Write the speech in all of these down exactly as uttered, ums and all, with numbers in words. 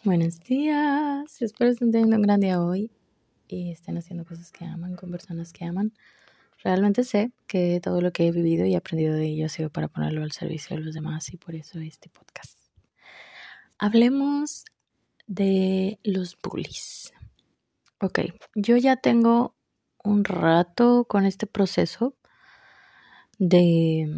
Buenos días, espero estén teniendo un gran día hoy y estén haciendo cosas que aman con personas que aman. Realmente sé que todo lo que he vivido y aprendido de ello ha sido para ponerlo al servicio de los demás y por eso este podcast. Hablemos de los bullies. Ok, yo ya tengo un rato con este proceso de,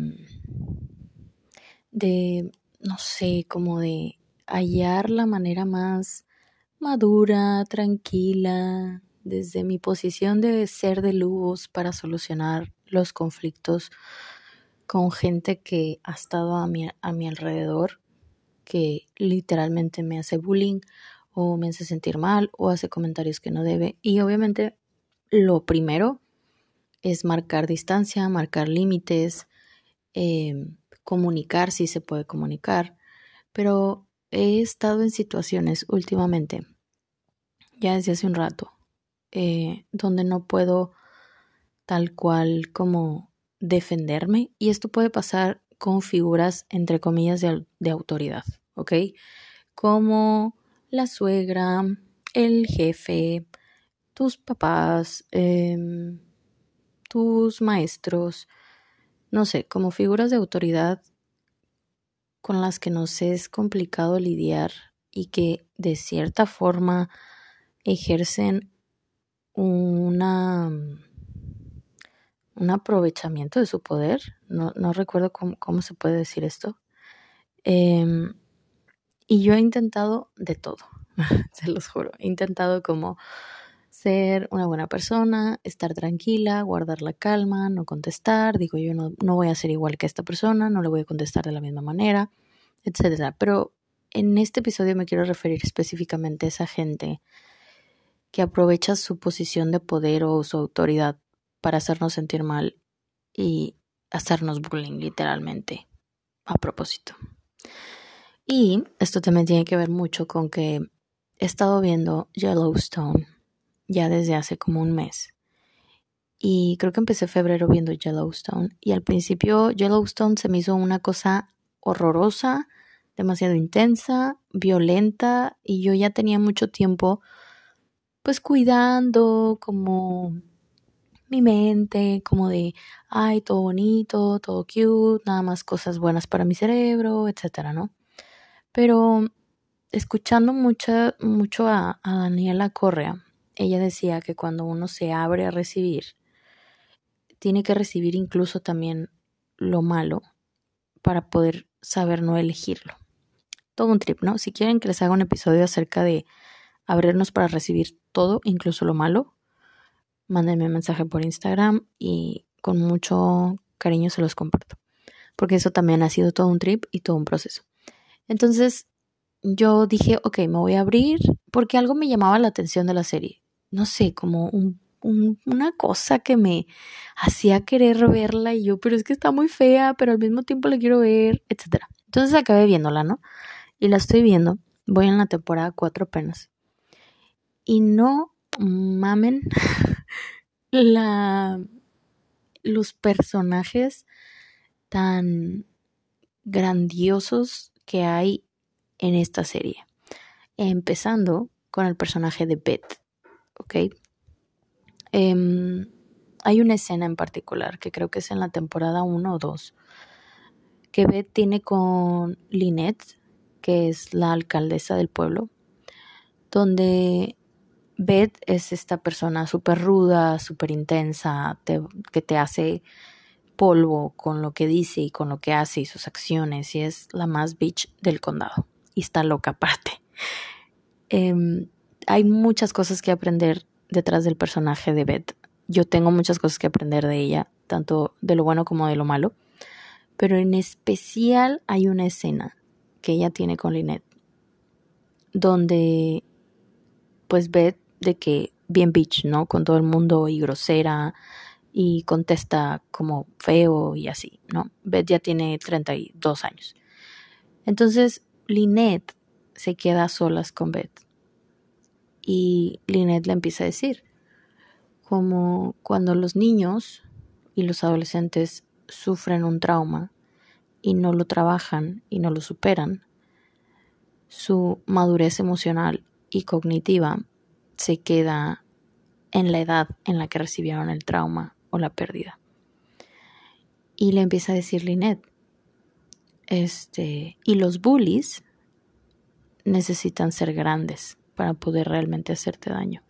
de, no sé, como de hallar la manera más madura, tranquila, desde mi posición de ser de luz para solucionar los conflictos con gente que ha estado a mi, a mi alrededor, que literalmente me hace bullying o me hace sentir mal o hace comentarios que no debe. Y obviamente lo primero es marcar distancia, marcar límites, eh, comunicar si se puede comunicar, pero he estado en situaciones últimamente, ya desde hace un rato, eh, donde no puedo tal cual como defenderme, y esto puede pasar con figuras entre comillas de, de autoridad, ¿ok? Como la suegra, el jefe, tus papás, eh, tus maestros, no sé, como figuras de autoridad con las que nos es complicado lidiar y que de cierta forma ejercen una, un aprovechamiento de su poder. No, no recuerdo cómo, cómo se puede decir esto. Eh, y yo he intentado de todo, se los juro. He intentado como ser una buena persona, estar tranquila, guardar la calma, no contestar. Digo, yo no, no voy a ser igual que esta persona, no le voy a contestar de la misma manera, etcétera. Pero en este episodio me quiero referir específicamente a esa gente que aprovecha su posición de poder o su autoridad para hacernos sentir mal y hacernos bullying literalmente a propósito. Y esto también tiene que ver mucho con que he estado viendo Yellowstone ya desde hace como un mes. Y creo que empecé febrero viendo Yellowstone. Y al principio Yellowstone se me hizo una cosa horrorosa, demasiado intensa, violenta. Y yo ya tenía mucho tiempo pues cuidando como mi mente, como de, ay, todo bonito, todo cute, nada más cosas buenas para mi cerebro, etcétera, ¿no? Pero escuchando mucha, mucho a, a Daniela Correa, ella decía que cuando uno se abre a recibir, tiene que recibir incluso también lo malo para poder saber no elegirlo. Todo un trip, ¿no? Si quieren que les haga un episodio acerca de abrirnos para recibir todo, incluso lo malo, mándenme un mensaje por Instagram y con mucho cariño se los comparto. Porque eso también ha sido todo un trip y todo un proceso. Entonces yo dije, ok, me voy a abrir porque algo me llamaba la atención de la serie. No sé, como un, un, una cosa que me hacía querer verla y yo, pero es que está muy fea, pero al mismo tiempo la quiero ver, etcétera. Entonces acabé viéndola, ¿no? Y la estoy viendo. Voy en la temporada cuatro apenas. Y no mamen la, los personajes tan grandiosos que hay en esta serie. Empezando con el personaje de Beth, ¿ok? Eh, hay una escena en particular que creo que es en la temporada uno o dos, que Beth tiene con Lynette, que es la alcaldesa del pueblo, donde Beth es esta persona súper ruda, súper intensa, te, que te hace polvo con lo que dice y con lo que hace y sus acciones, y es la más bitch del condado y está loca aparte. Eh, hay muchas cosas que aprender detrás del personaje de Beth. Yo tengo muchas cosas que aprender de ella, tanto de lo bueno como de lo malo, pero en especial hay una escena que ella tiene con Lynette donde pues Beth de que bien bitch, ¿no? Con todo el mundo y grosera y contesta como feo y así, ¿no? Beth ya tiene treinta y dos años. Entonces Lynette se queda a solas con Beth y Lynette le empieza a decir como cuando los niños y los adolescentes sufren un trauma y no lo trabajan y no lo superan, su madurez emocional y cognitiva se queda en la edad en la que recibieron el trauma o la pérdida. Y le empieza a decir Lynette, este, y los bullies necesitan ser grandes para poder realmente hacerte daño.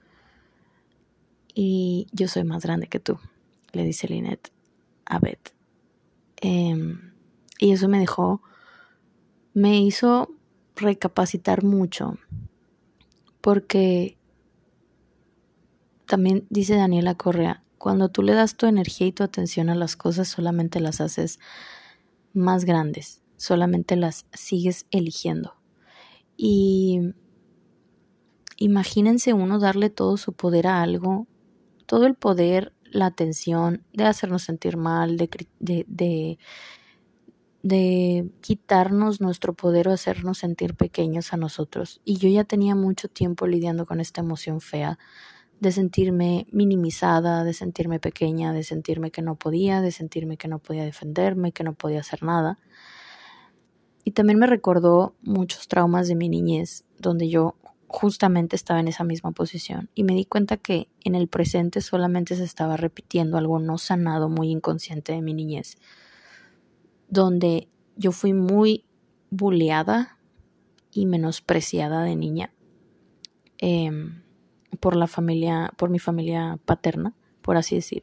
Y yo soy más grande que tú, le dice Lynette a Beth. Eh, y eso me dejó, me hizo recapacitar mucho, porque también dice Daniela Correa, cuando tú le das tu energía y tu atención a las cosas, solamente las haces más grandes, solamente las sigues eligiendo. Y imagínense uno darle todo su poder a algo, todo el poder, la atención, de hacernos sentir mal, de, de, de, de quitarnos nuestro poder o hacernos sentir pequeños a nosotros. Y yo ya tenía mucho tiempo lidiando con esta emoción fea, de sentirme minimizada, de sentirme pequeña, de sentirme que no podía, de sentirme que no podía defenderme, que no podía hacer nada. Y también me recordó muchos traumas de mi niñez, donde yo justamente estaba en esa misma posición. Y me di cuenta que en el presente solamente se estaba repitiendo algo no sanado, muy inconsciente de mi niñez, donde yo fui muy bulleada y menospreciada de niña. Eh, por la familia, por mi familia paterna, por así decir.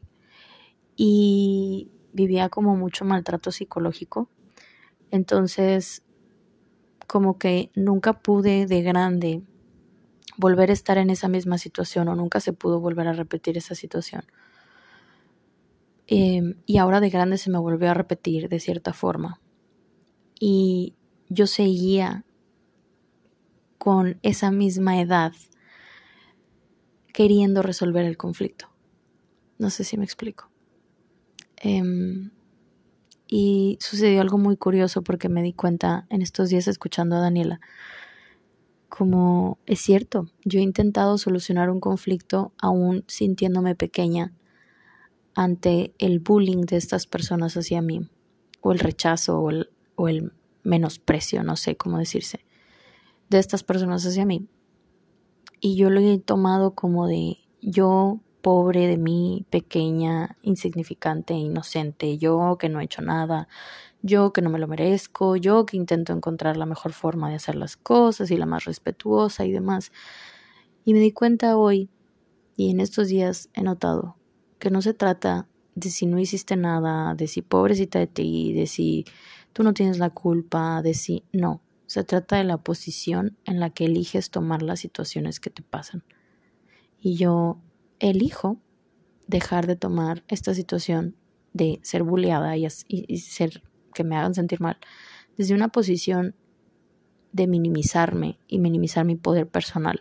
Y vivía como mucho maltrato psicológico. Entonces, como que nunca pude de grande volver a estar en esa misma situación, o nunca se pudo volver a repetir esa situación. Eh, y ahora de grande se me volvió a repetir de cierta forma. Y yo seguía con esa misma edad queriendo resolver el conflicto. No sé si me explico. Eh, y sucedió algo muy curioso, porque me di cuenta en estos días escuchando a Daniela, como es cierto, yo he intentado solucionar un conflicto aún sintiéndome pequeña ante el bullying de estas personas hacia mí, o el rechazo, o el, o el menosprecio, no sé cómo decirse, de estas personas hacia mí. Y yo lo he tomado como de yo, pobre de mí, pequeña, insignificante, inocente, yo que no he hecho nada, yo que no me lo merezco, yo que intento encontrar la mejor forma de hacer las cosas y la más respetuosa y demás. Y me di cuenta hoy, y en estos días he notado, que no se trata de si no hiciste nada, de si pobrecita de ti, de si tú no tienes la culpa, de si no. Se trata de la posición en la que eliges tomar las situaciones que te pasan. Y yo elijo dejar de tomar esta situación de ser bulleada y, y, y ser que me hagan sentir mal desde una posición de minimizarme y minimizar mi poder personal.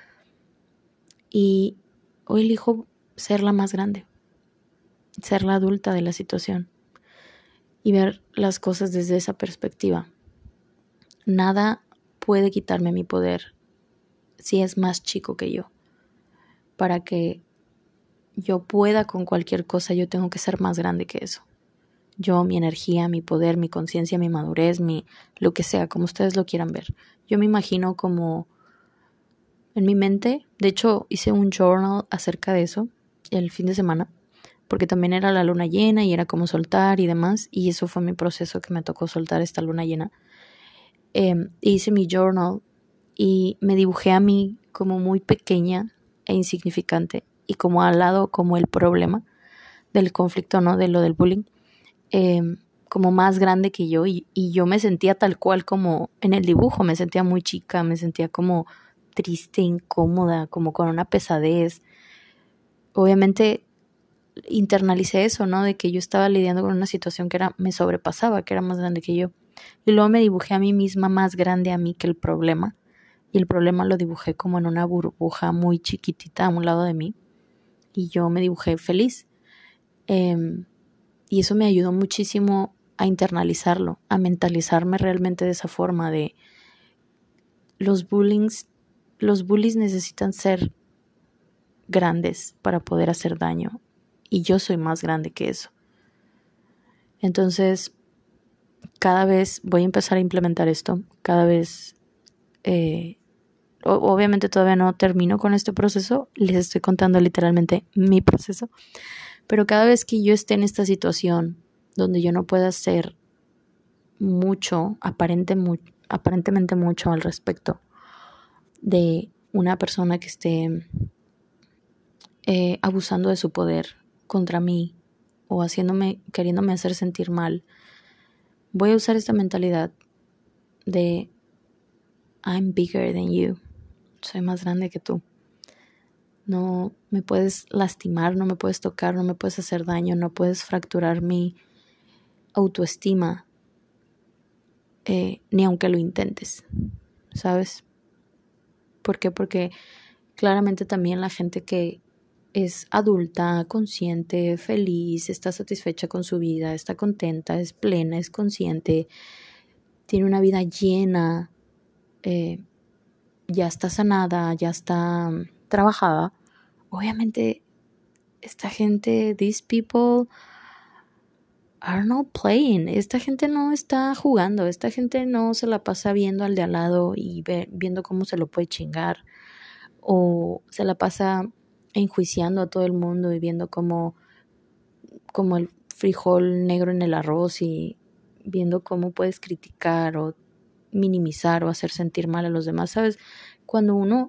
Y hoy elijo ser la más grande, ser la adulta de la situación y ver las cosas desde esa perspectiva. Nada puede quitarme mi poder si es más chico que yo. Para que yo pueda con cualquier cosa, yo tengo que ser más grande que eso. Yo, mi energía, mi poder, mi conciencia, mi madurez, mi lo que sea, como ustedes lo quieran ver. Yo me imagino como en mi mente, de hecho hice un journal acerca de eso el fin de semana, porque también era la luna llena y era como soltar y demás, y eso fue mi proceso, que me tocó soltar esta luna llena. Eh, hice mi journal y me dibujé a mí como muy pequeña e insignificante, y como al lado como el problema del conflicto, ¿no? De lo del bullying, eh, como más grande que yo, y, y yo me sentía tal cual como en el dibujo, me sentía muy chica, me sentía como triste, incómoda, como con una pesadez. Obviamente internalicé eso, ¿no? De que yo estaba lidiando con una situación que era, me sobrepasaba, que era más grande que yo. Y luego me dibujé a mí misma más grande a mí que el problema. Y el problema lo dibujé como en una burbuja muy chiquitita a un lado de mí. Y yo me dibujé feliz. Eh, y eso me ayudó muchísimo a internalizarlo, a mentalizarme realmente de esa forma de los bullies, los bullies necesitan ser grandes para poder hacer daño. Y yo soy más grande que eso. Entonces, cada vez voy a empezar a implementar esto. Cada vez eh, obviamente todavía no termino con este proceso, les estoy contando literalmente mi proceso, pero cada vez que yo esté en esta situación donde yo no pueda hacer mucho, aparente mu- aparentemente mucho al respecto de una persona que esté eh, abusando de su poder contra mí o haciéndome, queriéndome hacer sentir mal, voy a usar esta mentalidad de I'm bigger than you. Soy más grande que tú. No me puedes lastimar, no me puedes tocar, no me puedes hacer daño, no puedes fracturar mi autoestima, eh, ni aunque lo intentes, ¿sabes? ¿Por qué? Porque claramente también la gente que es adulta, consciente, feliz, está satisfecha con su vida, está contenta, es plena, es consciente, tiene una vida llena, eh, ya está sanada, ya está um, trabajada. Obviamente esta gente, these people are not playing. Esta gente no está jugando, esta gente no se la pasa viendo al de al lado y ve, viendo cómo se lo puede chingar, o se la pasa enjuiciando a todo el mundo y viendo cómo, como el frijol negro en el arroz y viendo cómo puedes criticar o minimizar o hacer sentir mal a los demás, ¿sabes? Cuando uno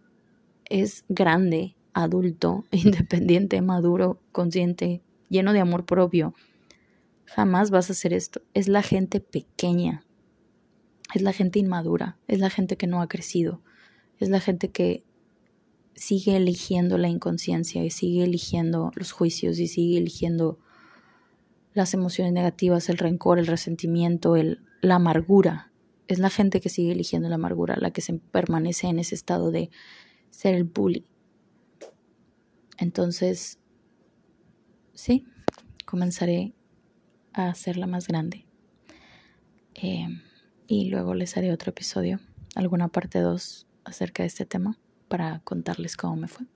es grande, adulto, independiente, maduro, consciente, lleno de amor propio, jamás vas a hacer esto. Es la gente pequeña, es la gente inmadura, es la gente que no ha crecido, es la gente que sigue eligiendo la inconsciencia y sigue eligiendo los juicios y sigue eligiendo las emociones negativas, el rencor, el resentimiento, el, la amargura. Es la gente que sigue eligiendo la amargura, la que se permanece en ese estado de ser el bully. Entonces, sí, comenzaré a hacerla más grande. Eh, y luego les haré otro episodio, alguna parte dos acerca de este tema para contarles cómo me fue.